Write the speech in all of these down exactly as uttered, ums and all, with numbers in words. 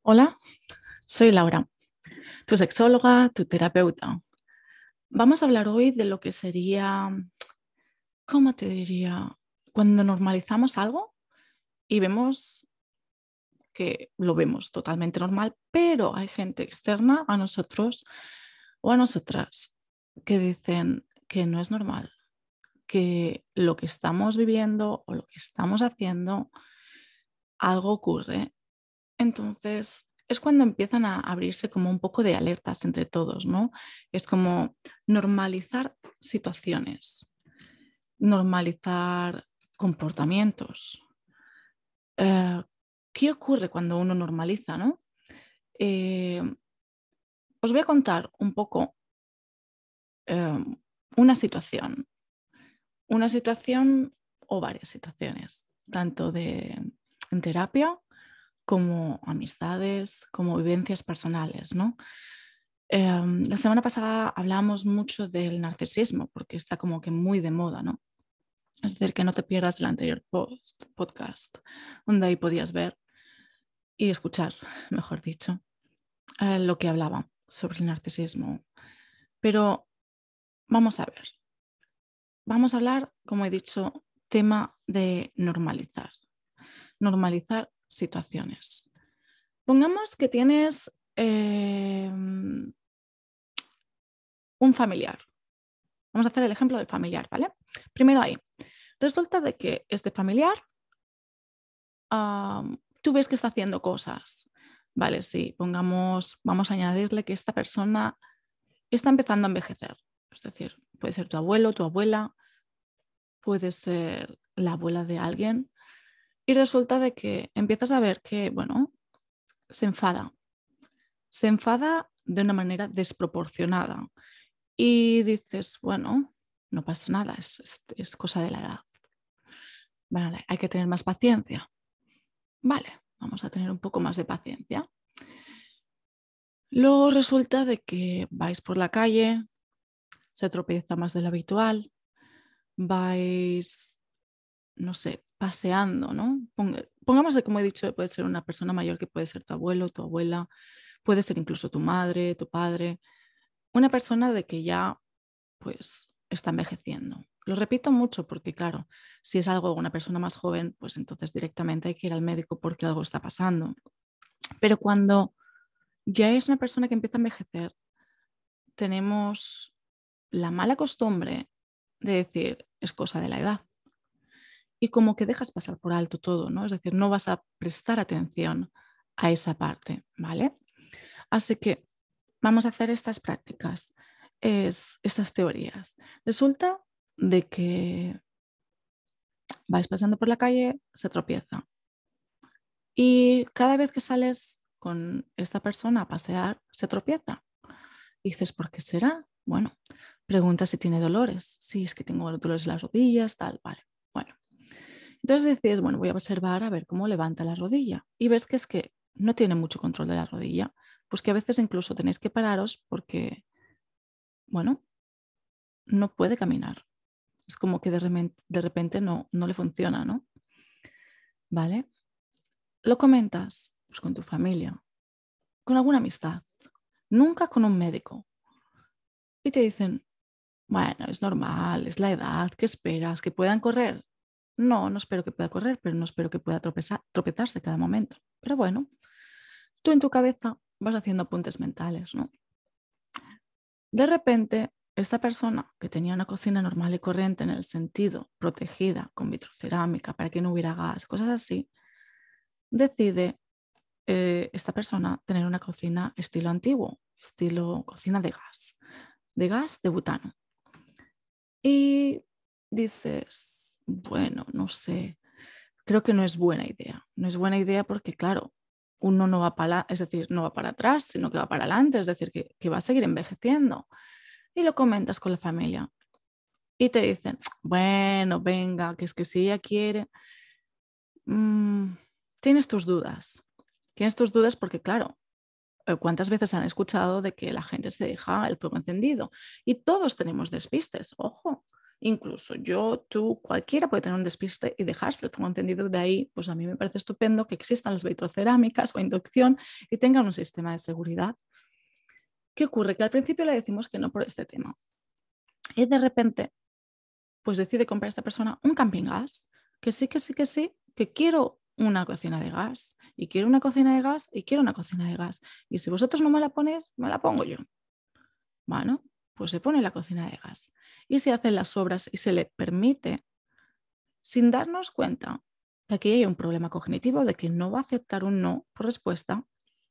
Hola, soy Laura, tu sexóloga, tu terapeuta. Vamos a hablar hoy de lo que sería, ¿cómo te diría? Cuando normalizamos algo y vemos que lo vemos totalmente normal, pero hay gente externa a nosotros o a nosotras que dicen que no es normal, que lo que estamos viviendo o lo que estamos haciendo, algo ocurre. Entonces, es cuando empiezan a abrirse como un poco de alertas entre todos, ¿no? Es como normalizar situaciones, normalizar comportamientos. Eh, ¿Qué ocurre cuando uno normaliza, no? Eh, Os voy a contar un poco eh, una situación, una situación o varias situaciones, tanto de, en terapia como amistades, como vivencias personales, ¿no? Eh, la semana pasada hablamos mucho del narcisismo porque está como que muy de moda, ¿no? Es decir, que no te pierdas el anterior post, podcast, donde ahí podías ver y escuchar, mejor dicho, eh, lo que hablaba sobre el narcisismo. Pero vamos a ver, vamos a hablar, como he dicho, tema de normalizar, normalizar situaciones. Pongamos que tienes eh, un familiar. Vamos a hacer el ejemplo del familiar, ¿vale? Primero ahí. Resulta de que este familiar, um, tú ves que está haciendo cosas, ¿vale? Sí, pongamos, vamos a añadirle que esta persona está empezando a envejecer. Es decir, puede ser tu abuelo, tu abuela, puede ser la abuela de alguien. Y resulta de que empiezas a ver que, bueno, se enfada. Se enfada de una manera desproporcionada. Y dices, bueno, no pasa nada, es, es, es cosa de la edad. Vale, hay que tener más paciencia. Vale, vamos a tener un poco más de paciencia. Luego resulta de que vais por la calle, se tropieza más de lo habitual, vais, no sé, paseando, ¿no? Pongamos, como he dicho, puede ser una persona mayor que puede ser tu abuelo, tu abuela, puede ser incluso tu madre, tu padre, una persona de que ya, pues, está envejeciendo. Lo repito mucho porque, claro, si es algo de una persona más joven, pues entonces directamente hay que ir al médico porque algo está pasando. Pero cuando ya es una persona que empieza a envejecer, tenemos la mala costumbre de decir es cosa de la edad y como que dejas pasar por alto todo, ¿no? Es decir, no vas a prestar atención a esa parte, ¿vale? Así que vamos a hacer estas prácticas, es, estas teorías. Resulta de que vais pasando por la calle, se tropieza y cada vez que sales con esta persona a pasear, se tropieza. Y dices, ¿por qué será? Bueno, pregunta si tiene dolores. Sí, es que tengo dolores en las rodillas, tal, vale. Bueno, entonces decides, bueno, voy a observar a ver cómo levanta la rodilla. Y ves que es que no tiene mucho control de la rodilla. Pues que a veces incluso tenéis que pararos porque, bueno, no puede caminar. Es como que de repente, de repente no, no le funciona, ¿no? ¿Vale? Lo comentas pues, con tu familia, con alguna amistad, nunca con un médico. Y te dicen, bueno, es normal, es la edad, ¿qué esperas? ¿Que puedan correr? No, no espero que pueda correr, pero no espero que pueda tropezar, tropezarse cada momento. Pero bueno, tú en tu cabeza vas haciendo apuntes mentales, ¿no? De repente, esta persona que tenía una cocina normal y corriente en el sentido protegida con vitrocerámica para que no hubiera gas, cosas así, decide eh, esta persona tener una cocina estilo antiguo, estilo cocina de gas, de gas de butano. Y dices, bueno, no sé, creo que no es buena idea. No es buena idea porque, claro, uno no va para, es decir, no va para atrás, sino que va para adelante, es decir, que, que va a seguir envejeciendo. Y lo comentas con la familia y te dicen, bueno, venga, que es que si ella quiere, mmm, tienes tus dudas. Tienes tus dudas porque, claro, ¿cuántas veces han escuchado de que la gente se deja el fuego encendido? Y todos tenemos despistes, ojo. Incluso yo, tú, cualquiera puede tener un despiste y dejarse el fuego encendido. De ahí, pues a mí me parece estupendo que existan las vitrocerámicas o inducción y tengan un sistema de seguridad. ¿Qué ocurre? Que al principio le decimos que no por este tema. Y de repente, pues decide comprar esta persona un camping gas, que sí, que sí, que sí, que quiero una cocina de gas, y quiero una cocina de gas, y quiero una cocina de gas. Y si vosotros no me la ponéis, me la pongo yo. Bueno, pues se pone la cocina de gas. Y se hacen las obras y se le permite, sin darnos cuenta de que hay un problema cognitivo, de que no va a aceptar un no por respuesta,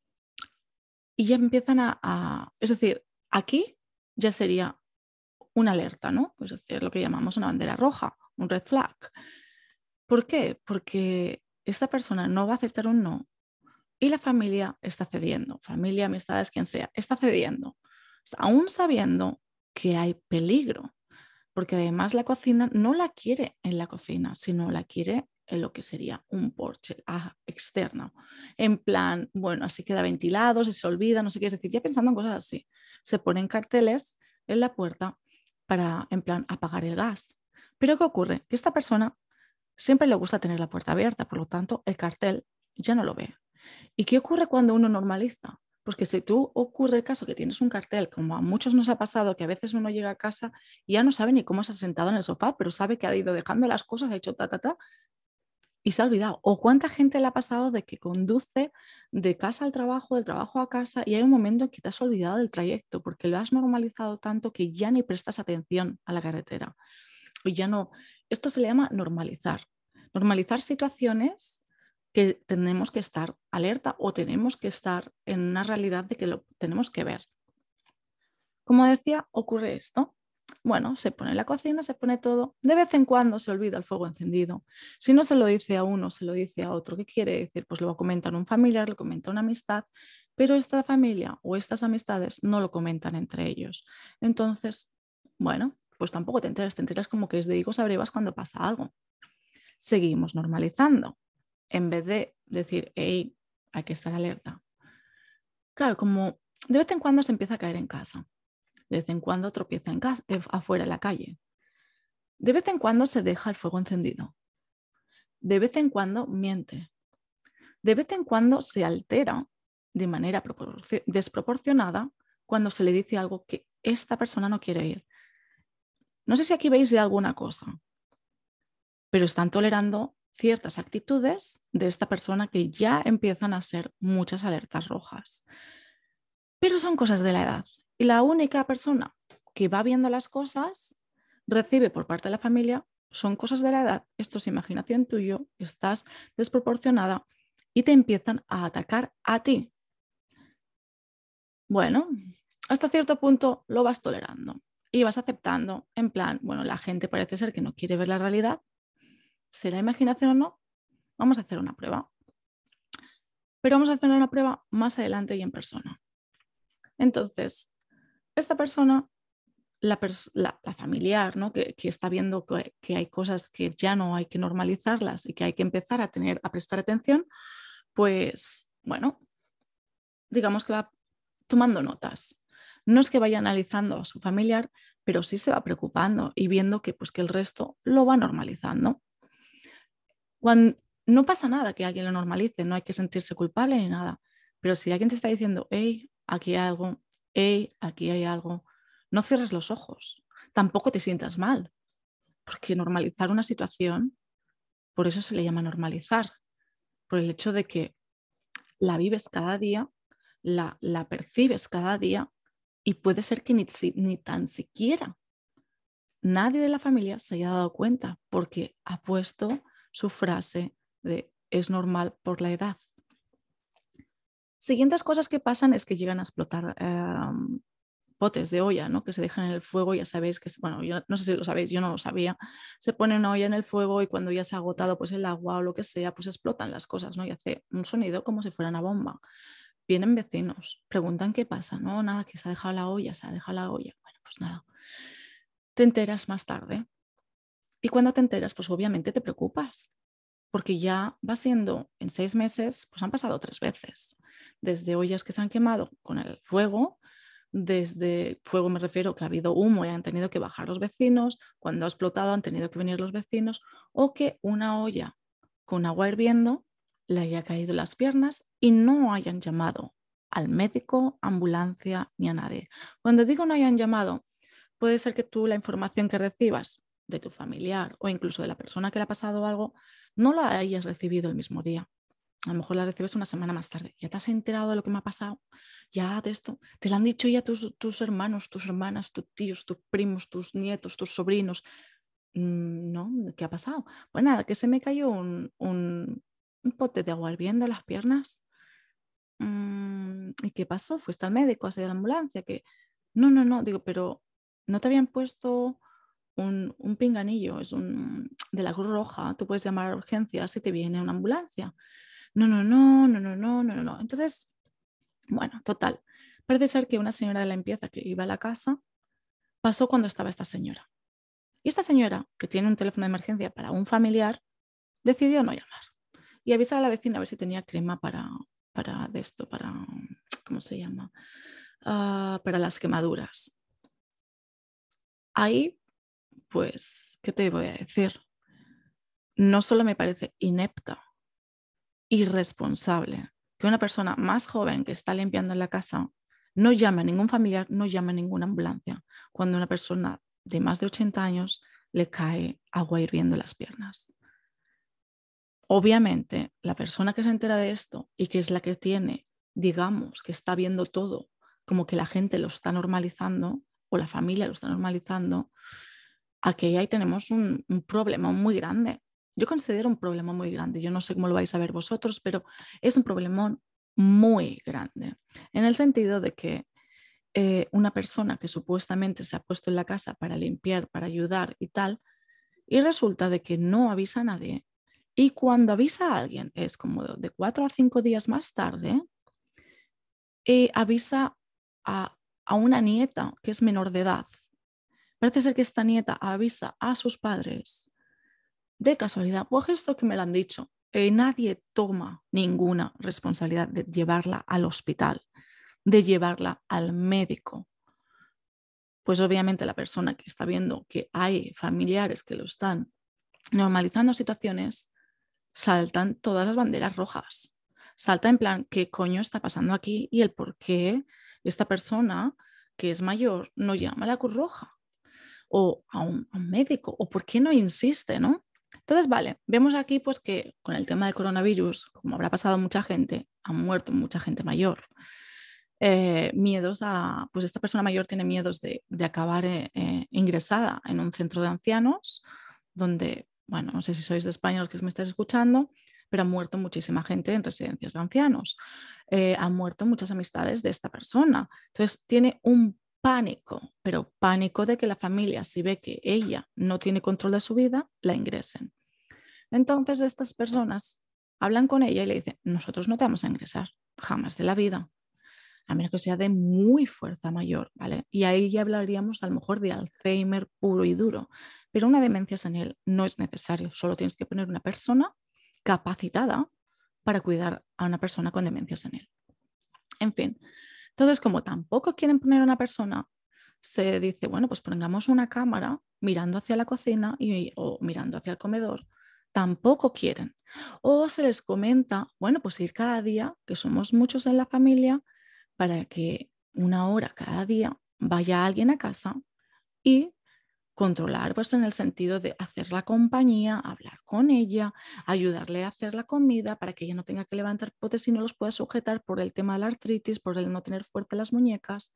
y ya empiezan a, a es decir, aquí ya sería una alerta, ¿no? Es decir, lo que llamamos una bandera roja, un red flag. ¿Por qué? Porque esta persona no va a aceptar un no y la familia está cediendo, familia, amistades, quien sea, está cediendo, aún sabiendo que hay peligro, porque además la cocina no la quiere en la cocina, sino la quiere en lo que sería un porche ah, externo, en plan, bueno, así queda ventilado, si se olvida, no sé qué, es decir, ya pensando en cosas así, se ponen carteles en la puerta para, en plan, apagar el gas. Pero ¿qué ocurre? Que esta persona siempre le gusta tener la puerta abierta, por lo tanto, el cartel ya no lo ve. ¿Y qué ocurre cuando uno normaliza? Pues que si tú ocurre el caso que tienes un cartel, como a muchos nos ha pasado, que a veces uno llega a casa y ya no sabe ni cómo se ha sentado en el sofá, pero sabe que ha ido dejando las cosas, ha hecho ta, ta, ta, y se ha olvidado. O cuánta gente le ha pasado de que conduce de casa al trabajo, del trabajo a casa, y hay un momento en que te has olvidado del trayecto, porque lo has normalizado tanto que ya ni prestas atención a la carretera. O ya no. Esto se le llama normalizar. Normalizar situaciones que tenemos que estar alerta o tenemos que estar en una realidad de que lo tenemos que ver. Como decía, ocurre esto. Bueno, se pone en la cocina, se pone todo. De vez en cuando se olvida el fuego encendido. Si no se lo dice a uno, se lo dice a otro. ¿Qué quiere decir? Pues lo comentan un familiar, lo comenta una amistad, pero esta familia o estas amistades no lo comentan entre ellos. Entonces, bueno, pues tampoco te enteras, te enteras como que es de higos a brevas cuando pasa algo. Seguimos normalizando. En vez de decir, hey, hay que estar alerta. Claro, como de vez en cuando se empieza a caer en casa. De vez en cuando tropieza en casa, eh, afuera en la calle. De vez en cuando se deja el fuego encendido. De vez en cuando miente. De vez en cuando se altera de manera desproporcionada cuando se le dice algo que esta persona no quiere oír. No sé si aquí veis ya alguna cosa, pero están tolerando ciertas actitudes de esta persona que ya empiezan a ser muchas alertas rojas. Pero son cosas de la edad. Y la única persona que va viendo las cosas, recibe por parte de la familia, son cosas de la edad. Esto es imaginación tuyo, estás desproporcionada y te empiezan a atacar a ti. Bueno, hasta cierto punto lo vas tolerando y vas aceptando, en plan, bueno, la gente parece ser que no quiere ver la realidad. ¿Será imaginación o no? Vamos a hacer una prueba. Pero vamos a hacer una prueba más adelante y en persona. Entonces, esta persona, la, pers la, la familiar, ¿no? que, que está viendo que, que hay cosas que ya no hay que normalizarlas y que hay que empezar a tener, a prestar atención, pues, bueno, digamos que va tomando notas. No es que vaya analizando a su familiar, pero sí se va preocupando y viendo que, pues, que el resto lo va normalizando. Cuando, no pasa nada que alguien lo normalice, no hay que sentirse culpable ni nada, pero si alguien te está diciendo, hey, aquí hay algo, hey, aquí hay algo, no cierres los ojos, tampoco te sientas mal, porque normalizar una situación, por eso se le llama normalizar, por el hecho de que la vives cada día, la, la percibes cada día y puede ser que ni, ni tan siquiera nadie de la familia se haya dado cuenta porque ha puesto su frase de es normal por la edad. Siguientes cosas que pasan es que llegan a explotar eh, potes de olla, ¿no? Que se dejan en el fuego, ya sabéis que, bueno, yo no sé si lo sabéis, yo no lo sabía, se pone una olla en el fuego y cuando ya se ha agotado pues el agua o lo que sea, pues explotan las cosas, ¿no? Y hace un sonido como si fuera una bomba. Vienen vecinos, preguntan qué pasa, no, nada, que se ha dejado la olla, se ha dejado la olla. Bueno, pues nada, te enteras más tarde. Y cuando te enteras, pues obviamente te preocupas, porque ya va siendo, en seis meses, pues han pasado tres veces, desde ollas que se han quemado con el fuego, desde fuego me refiero que ha habido humo y han tenido que bajar los vecinos, cuando ha explotado han tenido que venir los vecinos, o que una olla con agua hirviendo le haya caído en las piernas y no hayan llamado al médico, ambulancia ni a nadie. Cuando digo no hayan llamado, puede ser que tú la información que recibas de tu familiar o incluso de la persona que le ha pasado algo no la hayas recibido el mismo día. A lo mejor la recibes una semana más tarde. ¿Ya te has enterado de lo que me ha pasado? Ya de esto. ¿Te lo han dicho ya tus, tus hermanos, tus hermanas, tus tíos, tus primos, tus nietos, tus sobrinos? Mm, No, ¿qué ha pasado? Pues nada, que se me cayó un, un, un pote de agua hirviendo en las piernas. Mm, ¿Y qué pasó? ¿Fuiste al médico, has ido a la ambulancia? Que no, no, no, digo, pero no te habían puesto un, un pinganillo, es un de la Cruz Roja, tú puedes llamar a urgencias si te viene una ambulancia. No, no, no, no, no, no, no, no. Entonces, bueno, total. Parece ser que una señora de la limpieza que iba a la casa pasó cuando estaba esta señora. Y esta señora, que tiene un teléfono de emergencia para un familiar, decidió no llamar y avisar a la vecina a ver si tenía crema para, para de esto, para, ¿cómo se llama? Uh, para las quemaduras. Ahí, pues, ¿qué te voy a decir? No solo me parece inepta, irresponsable que una persona más joven que está limpiando en la casa no llame a ningún familiar, no llame a ninguna ambulancia, cuando una persona de más de ochenta años le cae agua hirviendo en las piernas. Obviamente, la persona que se entera de esto y que es la que tiene, digamos, que está viendo todo, como que la gente lo está normalizando o la familia lo está normalizando, aquí ahí tenemos un, un problema muy grande. Yo considero un problema muy grande. Yo no sé cómo lo vais a ver vosotros, pero es un problemón muy grande. En el sentido de que eh, una persona que supuestamente se ha puesto en la casa para limpiar, para ayudar y tal, y resulta de que no avisa a nadie. Y cuando avisa a alguien, es como de cuatro a cinco días más tarde, y avisa a, a una nieta que es menor de edad. Parece ser que esta nieta avisa a sus padres de casualidad, pues esto que me lo han dicho, eh, nadie toma ninguna responsabilidad de llevarla al hospital, de llevarla al médico. Pues obviamente la persona que está viendo que hay familiares que lo están normalizando situaciones, saltan todas las banderas rojas. Salta en plan, ¿qué coño está pasando aquí? Y el por qué esta persona que es mayor no llama a la Cruz Roja o a un, a un médico, o por qué no insiste, ¿no? Entonces, vale, vemos aquí pues que con el tema de coronavirus, como habrá pasado mucha gente, ha muerto mucha gente mayor. Eh, miedos a, pues esta persona mayor tiene miedos de, de acabar eh, eh, ingresada en un centro de ancianos, donde, bueno, no sé si sois de España los que me estáis escuchando, pero ha muerto muchísima gente en residencias de ancianos. Eh, han muerto muchas amistades de esta persona. Entonces, tiene un pánico, pero pánico de que la familia, si ve que ella no tiene control de su vida, la ingresen. Entonces, estas personas hablan con ella y le dicen, nosotros no te vamos a ingresar, jamás de la vida, a menos que sea de muy fuerza mayor, ¿vale? Y ahí ya hablaríamos a lo mejor de Alzheimer puro y duro, pero una demencia senil no es necesario, solo tienes que poner una persona capacitada para cuidar a una persona con demencia senil. En fin, entonces como tampoco quieren poner a una persona, se dice, bueno, pues pongamos una cámara mirando hacia la cocina y, o mirando hacia el comedor. Tampoco quieren. O se les comenta, bueno, pues ir cada día, que somos muchos en la familia, para que una hora cada día vaya alguien a casa y controlar, pues en el sentido de hacer la compañía, hablar con ella, ayudarle a hacer la comida para que ella no tenga que levantar potes y no los pueda sujetar por el tema de la artritis, por el no tener fuerte las muñecas.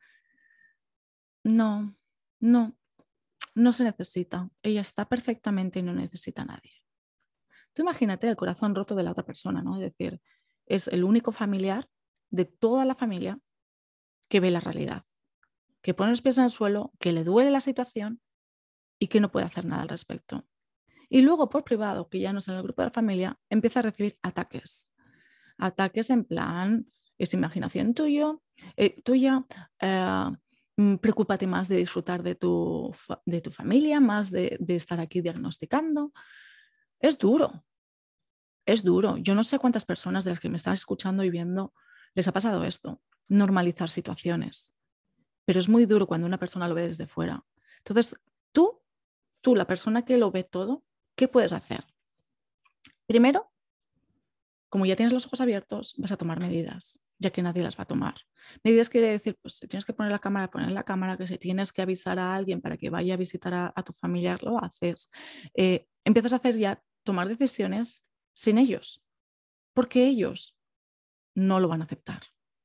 No, no, no se necesita. Ella está perfectamente y no necesita a nadie. Tú imagínate el corazón roto de la otra persona, ¿no? Es decir, es el único familiar de toda la familia que ve la realidad, que pone los pies en el suelo, que le duele la situación y que no puede hacer nada al respecto. Y luego por privado, que ya no es en el grupo de la familia, empieza a recibir ataques. Ataques en plan, es imaginación tuyo, eh, tuya, eh, preocúpate más de disfrutar de tu, de tu familia, más de, de estar aquí diagnosticando. Es duro, es duro. Yo no sé cuántas personas de las que me están escuchando y viendo les ha pasado esto, normalizar situaciones. pero es muy duro cuando una persona lo ve desde fuera. Entonces, tú, tú, la persona que lo ve todo, ¿qué puedes hacer? Primero, como ya tienes los ojos abiertos, vas a tomar medidas, ya que nadie las va a tomar. Medidas quiere decir, pues si tienes que poner la cámara, poner la cámara, que si tienes que avisar a alguien para que vaya a visitar a, a tu familiar, lo haces. Eh, empiezas a hacer ya, tomar decisiones sin ellos, porque ellos no lo van a aceptar.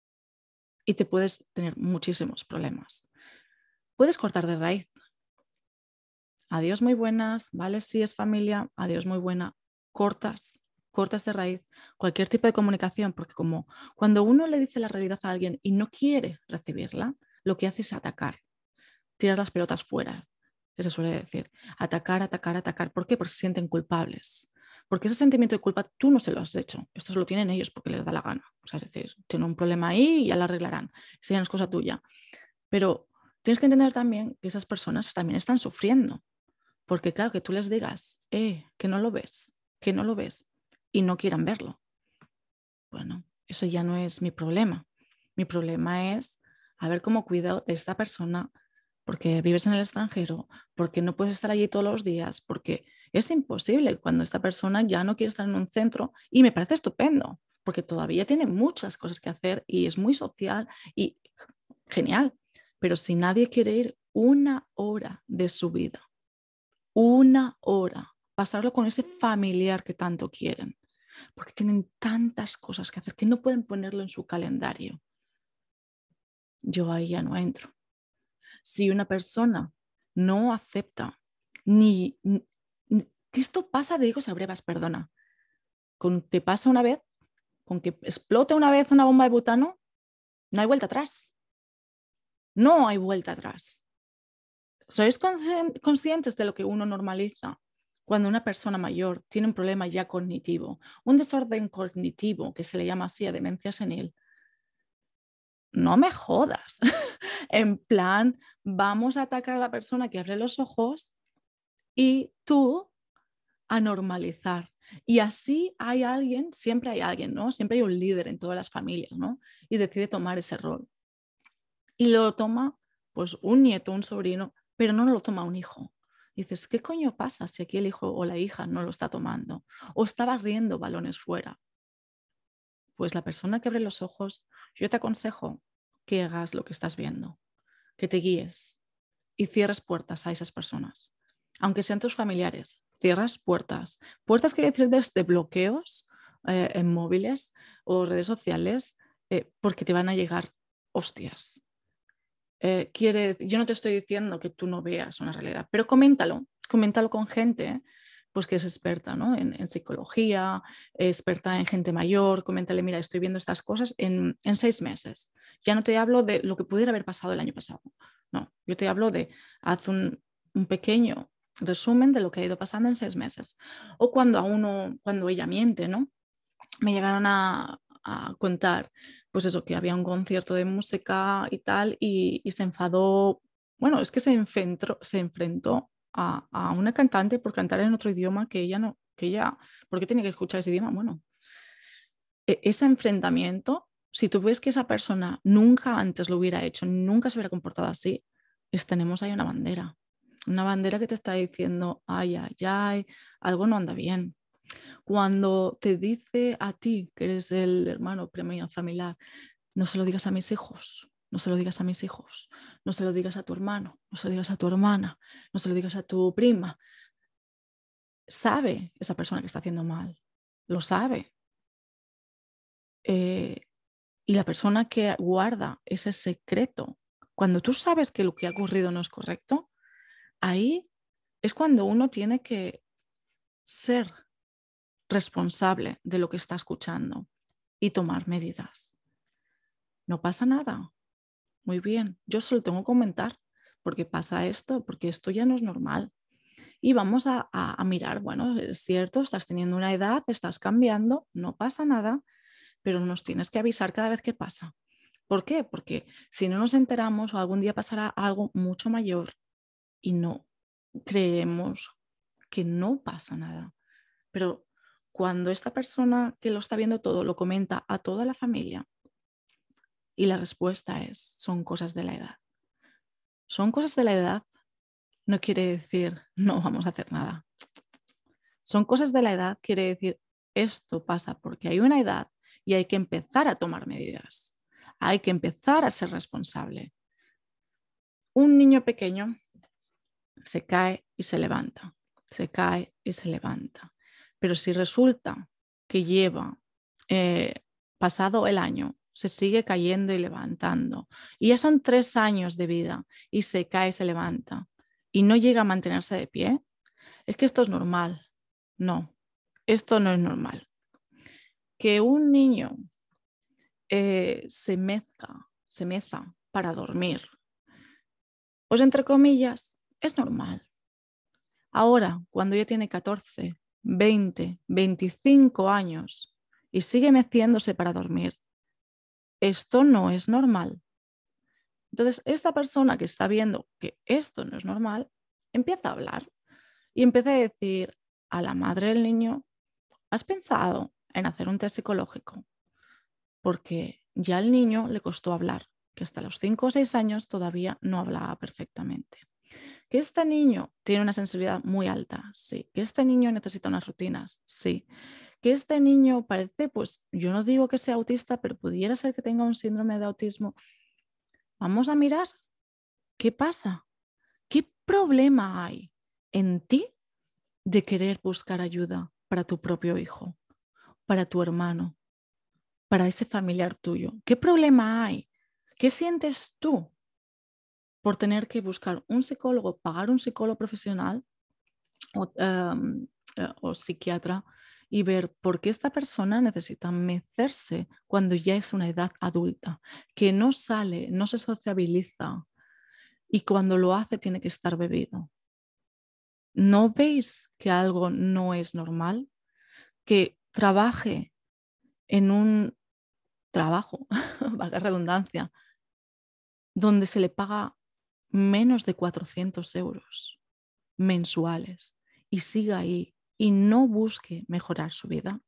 Y te puedes tener muchísimos problemas. Puedes cortar de raíz. Adiós muy buenas, vale, sí es familia, adiós muy buena, cortas, cortas de raíz cualquier tipo de comunicación, porque como cuando uno le dice la realidad a alguien y no quiere recibirla, lo que hace es atacar, tirar las pelotas fuera, que se suele decir, atacar, atacar, atacar. ¿Por qué? Porque se sienten culpables. Porque ese sentimiento de culpa tú no se lo has hecho, esto se lo tienen ellos porque les da la gana. O sea, es decir, tienen un problema ahí y ya lo arreglarán, eso ya no es cosa tuya. Pero tienes que entender también que esas personas también están sufriendo. Porque claro, que tú les digas, eh, que no lo ves, que no lo ves, y no quieran verlo. Bueno, eso ya no es mi problema. Mi problema es a ver cómo cuido de esta persona, porque vives en el extranjero, porque no puedes estar allí todos los días, porque es imposible cuando esta persona ya no quiere estar en un centro, y me parece estupendo, porque todavía tiene muchas cosas que hacer y es muy social y genial. Pero si nadie quiere ir una hora de su vida, una hora, pasarlo con ese familiar que tanto quieren, porque tienen tantas cosas que hacer que no pueden ponerlo en su calendario. Yo ahí ya no entro. Si una persona no acepta ni, ni que esto pasa de hijos a brevas, perdona, con que pasa una vez, con que explote una vez una bomba de butano, no hay vuelta atrás. No hay vuelta atrás. ¿Sois conscientes de lo que uno normaliza cuando una persona mayor tiene un problema ya cognitivo, un desorden cognitivo que se le llama así a demencia senil? No me jodas. En plan, vamos a atacar a la persona que abre los ojos y tú a normalizar. Y así hay alguien, siempre hay alguien, ¿no? Siempre hay un líder en todas las familias, ¿no? Y decide tomar ese rol. Y lo toma pues un nieto, un sobrino, pero no lo toma un hijo. Y dices, ¿qué coño pasa si aquí el hijo o la hija no lo está tomando? O está barriendo balones fuera. Pues la persona que abre los ojos, yo te aconsejo que hagas lo que estás viendo, que te guíes y cierres puertas a esas personas. Aunque sean tus familiares, cierras puertas. Puertas quiere decir desde bloqueos eh, en móviles o redes sociales, eh, porque te van a llegar hostias. Eh, quiere, yo no te estoy diciendo que tú no veas una realidad, pero coméntalo, coméntalo con gente pues que es experta, ¿no? en, en psicología, experta en gente mayor, coméntale, mira, estoy viendo estas cosas en, en seis meses. Ya no te hablo de lo que pudiera haber pasado el año pasado, no, yo te hablo de haz un, un pequeño resumen de lo que ha ido pasando en seis meses. O cuando a uno, cuando ella miente, ¿no? Me llegaron a, a contar, pues eso, que había un concierto de música y tal, y, y se enfadó, bueno, es que se enfrentó, se enfrentó a, a, una cantante por cantar en otro idioma que ella no, que ella, ¿por qué tenía que escuchar ese idioma? Bueno, e, ese enfrentamiento, si tú ves que esa persona nunca antes lo hubiera hecho, nunca se hubiera comportado así, es, tenemos ahí una bandera, una bandera que te está diciendo, ay, ay, ay, algo no anda bien. Cuando te dice a ti, que eres el hermano premio familiar, no se lo digas a mis hijos, no se lo digas a mis hijos, no se lo digas a tu hermano, no se lo digas a tu hermana, no se lo digas a tu prima. Sabe esa persona que está haciendo mal, lo sabe. Eh, y la persona que guarda ese secreto, cuando tú sabes que lo que ha ocurrido no es correcto, ahí es cuando uno tiene que ser responsable de lo que está escuchando y tomar medidas. No pasa nada. Muy bien, yo solo tengo que comentar porque pasa esto, porque esto ya no es normal. Y vamos a, a, a mirar, bueno, es cierto, estás teniendo una edad, estás cambiando, no pasa nada, pero nos tienes que avisar cada vez que pasa. ¿Por qué? Porque si no nos enteramos o algún día pasará algo mucho mayor y no creemos que no pasa nada. Pero cuando esta persona que lo está viendo todo lo comenta a toda la familia y la respuesta es, son cosas de la edad. Son cosas de la edad. No quiere decir no vamos a hacer nada. Son cosas de la edad, quiere decir esto pasa porque hay una edad y hay que empezar a tomar medidas. Hay que empezar a ser responsable. Un niño pequeño se cae y se levanta, se cae y se levanta. Pero si resulta que lleva eh, pasado el año, se sigue cayendo y levantando, y ya son tres años de vida y se cae y se levanta y no llega a mantenerse de pie, es que esto es normal. No, esto no es normal. Que un niño eh, se mezca, se meza para dormir, pues entre comillas, es normal. Ahora, cuando ya tiene catorce, veinte, veinticinco años y sigue meciéndose para dormir, esto no es normal. Entonces, esta persona que está viendo que esto no es normal, empieza a hablar y empieza a decir a la madre del niño, ¿has pensado en hacer un test psicológico? Porque ya al niño le costó hablar, que hasta los cinco o seis años todavía no hablaba perfectamente. Que este niño tiene una sensibilidad muy alta, sí. Que este niño necesita unas rutinas, sí. Que este niño parece, pues yo no digo que sea autista, pero pudiera ser que tenga un síndrome de autismo. Vamos a mirar qué pasa, qué problema hay en ti de querer buscar ayuda para tu propio hijo, para tu hermano, para ese familiar tuyo. ¿Qué problema hay? ¿Qué sientes tú por tener que buscar un psicólogo, pagar un psicólogo profesional o, um, uh, o psiquiatra y ver por qué esta persona necesita mecerse cuando ya es una edad adulta, que no sale, no se sociabiliza y cuando lo hace tiene que estar bebido? ¿No veis que algo no es normal? Que trabaje en un trabajo, valga redundancia, donde se le paga menos de cuatrocientos euros mensuales y siga ahí y no busque mejorar su vida,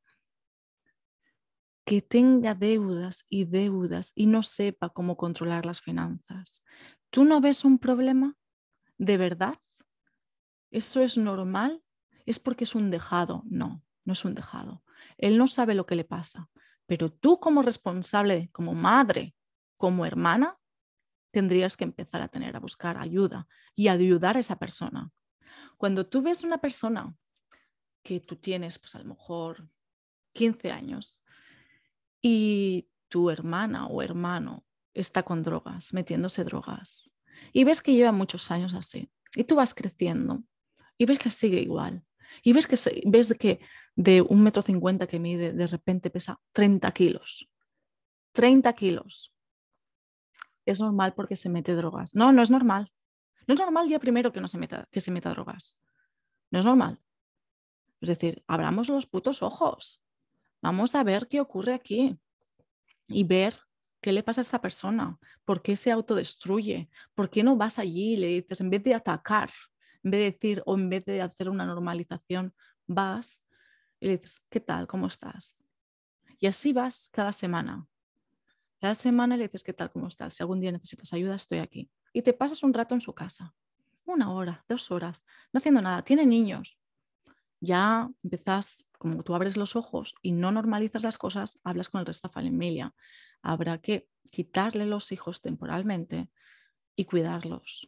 que tenga deudas y deudas y no sepa cómo controlar las finanzas. ¿Tú no ves un problema? ¿De verdad? ¿Eso es normal? ¿Es porque es un dejado? No, no es un dejado. Él no sabe lo que le pasa, pero tú como responsable, como madre, como hermana, tendrías que empezar a tener, a buscar ayuda y a ayudar a esa persona. Cuando tú ves una persona que tú tienes, pues a lo mejor quince años y tu hermana o hermano está con drogas, metiéndose drogas, y ves que lleva muchos años así, y tú vas creciendo y ves que sigue igual, y ves que, se, ves que de un metro cincuenta que mide, de repente pesa treinta kilos, treinta kilos. Es normal porque se mete drogas. No, no es normal. No es normal ya primero que, no se meta, que se meta drogas. No es normal. Es decir, abramos los putos ojos. Vamos a ver qué ocurre aquí y ver qué le pasa a esta persona, por qué se autodestruye, por qué no vas allí y le dices, en vez de atacar, en vez de decir o en vez de hacer una normalización, vas y le dices, ¿qué tal? ¿Cómo estás? Y así vas cada semana. Cada semana le dices, ¿qué tal? ¿Cómo estás? Si algún día necesitas ayuda, estoy aquí. Y te pasas un rato en su casa, una hora, dos horas, no haciendo nada. Tiene niños. Ya empezás, como tú abres los ojos y no normalizas las cosas, hablas con el resto de la familia. Habrá que quitarle los hijos temporalmente y cuidarlos.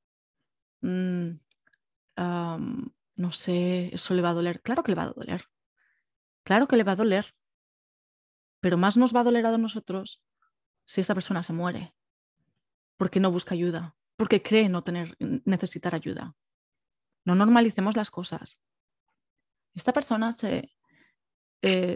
Mm, um, no sé, eso le va a doler. Claro que le va a doler. Claro que le va a doler. Pero más nos va a doler a nosotros si esta persona se muere, porque no busca ayuda, porque cree no tener, necesitar ayuda. No normalicemos las cosas. Esta persona se eh,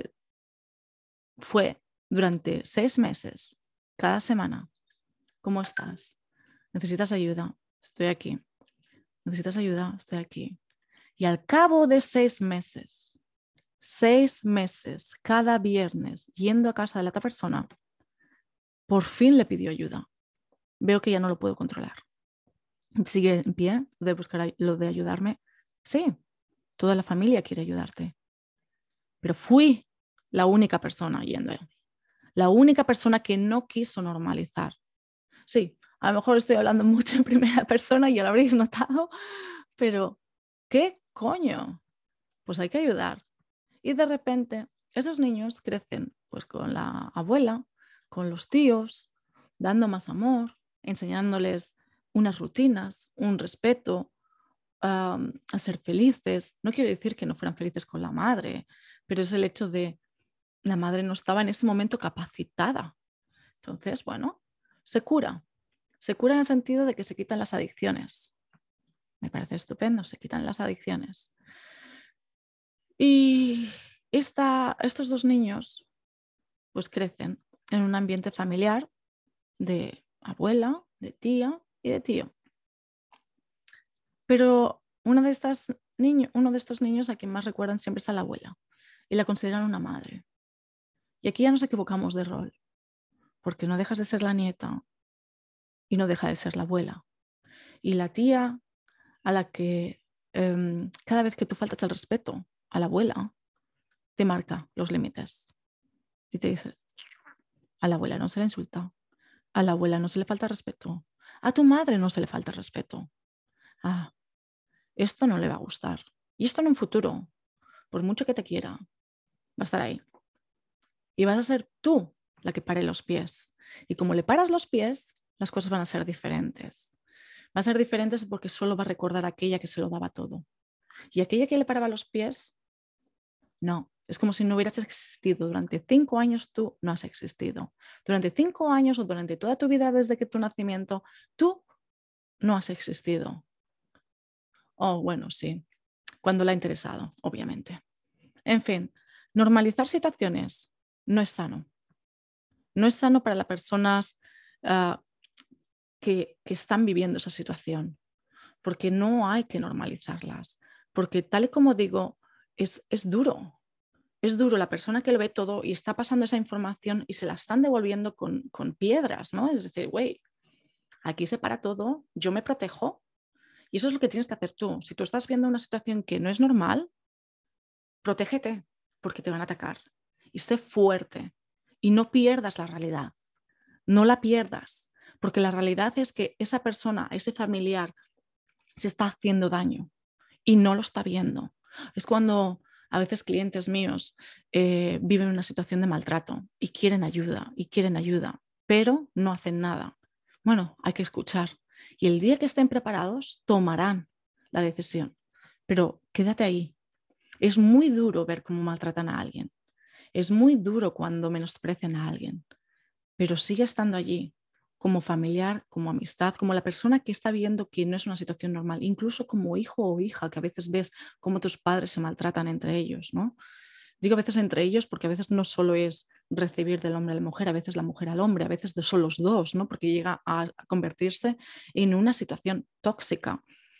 fue durante seis meses, cada semana. ¿Cómo estás? ¿Necesitas ayuda? Estoy aquí. ¿Necesitas ayuda? Estoy aquí. Y al cabo de seis meses, seis meses, cada viernes, yendo a casa de la otra persona, por fin le pidió ayuda. Veo que ya no lo puedo controlar. ¿Sigue en pie lo de buscar lo de ayudarme? Sí, toda la familia quiere ayudarte. Pero fui la única persona yendo. La única persona que no quiso normalizar. Sí, A lo mejor estoy hablando mucho en primera persona y ya lo habréis notado, pero ¿qué coño? Pues hay que ayudar. Y de repente esos niños crecen pues con la abuela, con los tíos, dando más amor, enseñándoles unas rutinas, un respeto, um, a ser felices. No quiero decir que no fueran felices con la madre, pero es el hecho de la madre no estaba en ese momento capacitada. Entonces, bueno, se cura. Se cura en el sentido de que se quitan las adicciones. Me parece estupendo, se quitan las adicciones. Y esta, estos dos niños pues crecen en un ambiente familiar de abuela, de tía y de tío. Pero una de estas niño, uno de estos niños a quien más recuerdan siempre es a la abuela y la consideran una madre. Y aquí ya nos equivocamos de rol, porque no dejas de ser la nieta y no deja de ser la abuela. Y la tía a la que eh, cada vez que tú faltas el respeto a la abuela, te marca los límites y te dice, a la abuela no se le insulta, a la abuela no se le falta respeto, a tu madre no se le falta respeto. Ah, esto no le va a gustar. Y esto en un futuro, por mucho que te quiera, va a estar ahí. Y vas a ser tú la que pare los pies. Y como le paras los pies, las cosas van a ser diferentes. Van a ser diferentes porque solo va a recordar a aquella que se lo daba todo. Y aquella que le paraba los pies, no. Es como si no hubieras existido. Durante cinco años tú no has existido. Durante cinco años o durante toda tu vida desde que tu nacimiento, tú no has existido. Oh, bueno, sí. Cuando le ha interesado, obviamente. En fin, normalizar situaciones no es sano. No es sano para las personas uh, que, que están viviendo esa situación, porque no hay que normalizarlas, porque tal y como digo, es, es duro. Es duro la persona que lo ve todo y está pasando esa información y se la están devolviendo con, con piedras, ¿no? Es decir, güey, aquí se para todo, yo me protejo y eso es lo que tienes que hacer tú. Si tú estás viendo una situación que no es normal, protégete porque te van a atacar y sé fuerte y no pierdas la realidad. No la pierdas, porque la realidad es que esa persona, ese familiar, se está haciendo daño y no lo está viendo. Es cuando a veces clientes míos eh, viven una situación de maltrato y quieren ayuda, y quieren ayuda, pero no hacen nada. Bueno, hay que escuchar. Y el día que estén preparados, tomarán la decisión. Pero quédate ahí. Es muy duro ver cómo maltratan a alguien. Es muy duro cuando menosprecian a alguien. Pero sigue estando allí como familiar, como amistad, como la persona que está viendo que no es una situación normal, incluso como hijo o hija, que a veces ves cómo tus padres se maltratan entre ellos, ¿no? Digo a veces entre ellos porque a veces no solo es recibir del hombre a la mujer, a veces la mujer al hombre, a veces son los dos, ¿no? Porque llega a convertirse en una situación tóxica.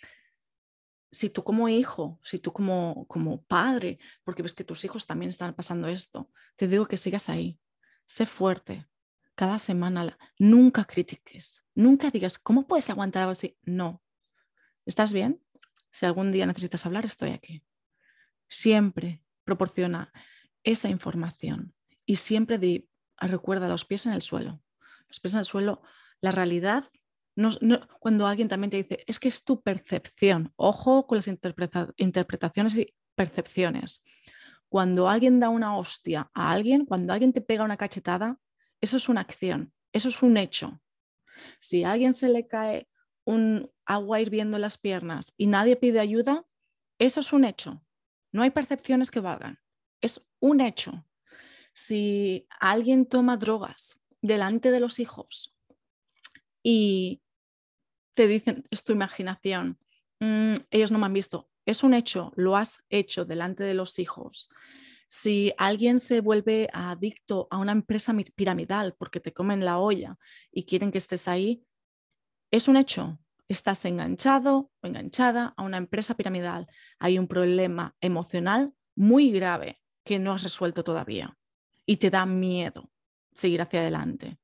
Si tú como hijo, si tú como, como padre, porque ves que tus hijos también están pasando esto, te digo que sigas ahí, sé fuerte. Cada semana, nunca critiques, nunca digas, ¿cómo puedes aguantar algo así? No. ¿Estás bien? Si algún día necesitas hablar, estoy aquí. Siempre proporciona esa información y siempre di, recuerda los pies en el suelo. Los pies en el suelo, la realidad, no, no, cuando alguien también te dice, es que es tu percepción. Ojo con las interpreta, interpretaciones y percepciones. Cuando alguien da una hostia a alguien, cuando alguien te pega una cachetada, eso es una acción, eso es un hecho. Si a alguien se le cae un agua hirviendo en las piernas y nadie pide ayuda, eso es un hecho. No hay percepciones que valgan. Es un hecho. Si alguien toma drogas delante de los hijos y te dicen, es tu imaginación, mmm, ellos no me han visto, es un hecho, lo has hecho delante de los hijos. Si alguien se vuelve adicto a una empresa piramidal porque te comen la olla y quieren que estés ahí, es un hecho. Estás enganchado o enganchada a una empresa piramidal. Hay un problema emocional muy grave que no has resuelto todavía y te da miedo seguir hacia adelante.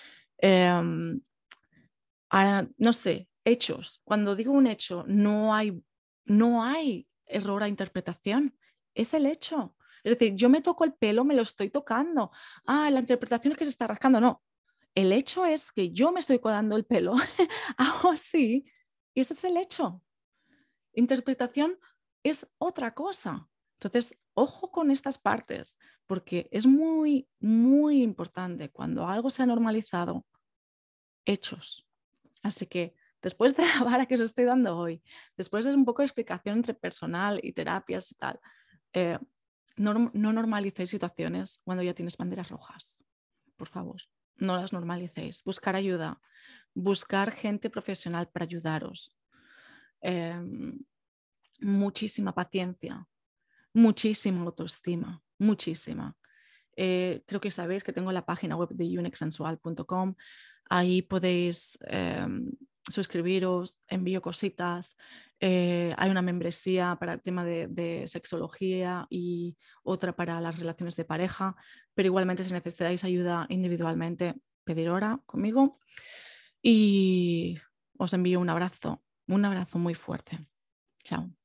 Eh, ahora, no sé, hechos. Cuando digo un hecho, no hay, no hay error a interpretación. Es el hecho. Es decir, yo me toco el pelo, me lo estoy tocando. Ah, la interpretación es que se está rascando. No, El hecho es que yo me estoy cuadrando el pelo, hago así, y ese es el hecho. Interpretación es otra cosa. Entonces, ojo con estas partes, porque es muy, muy importante cuando algo se ha normalizado, hechos. Así que después de la vara que os estoy dando hoy, después de un poco de explicación entre personal y terapias y tal, eh, no, no normalicéis situaciones cuando ya tienes banderas rojas. Por favor, no las normalicéis. Buscar ayuda, buscar gente profesional para ayudaros. Eh, muchísima paciencia, muchísima autoestima, muchísima. Eh, creo que sabéis que tengo la página web de unique sensual punto com. Ahí podéis eh, suscribiros, envío cositas. Eh, hay una membresía para el tema de, de sexología y otra para las relaciones de pareja, pero igualmente si necesitáis ayuda individualmente, pedir hora conmigo. Y os envío un abrazo, un abrazo muy fuerte. Chao.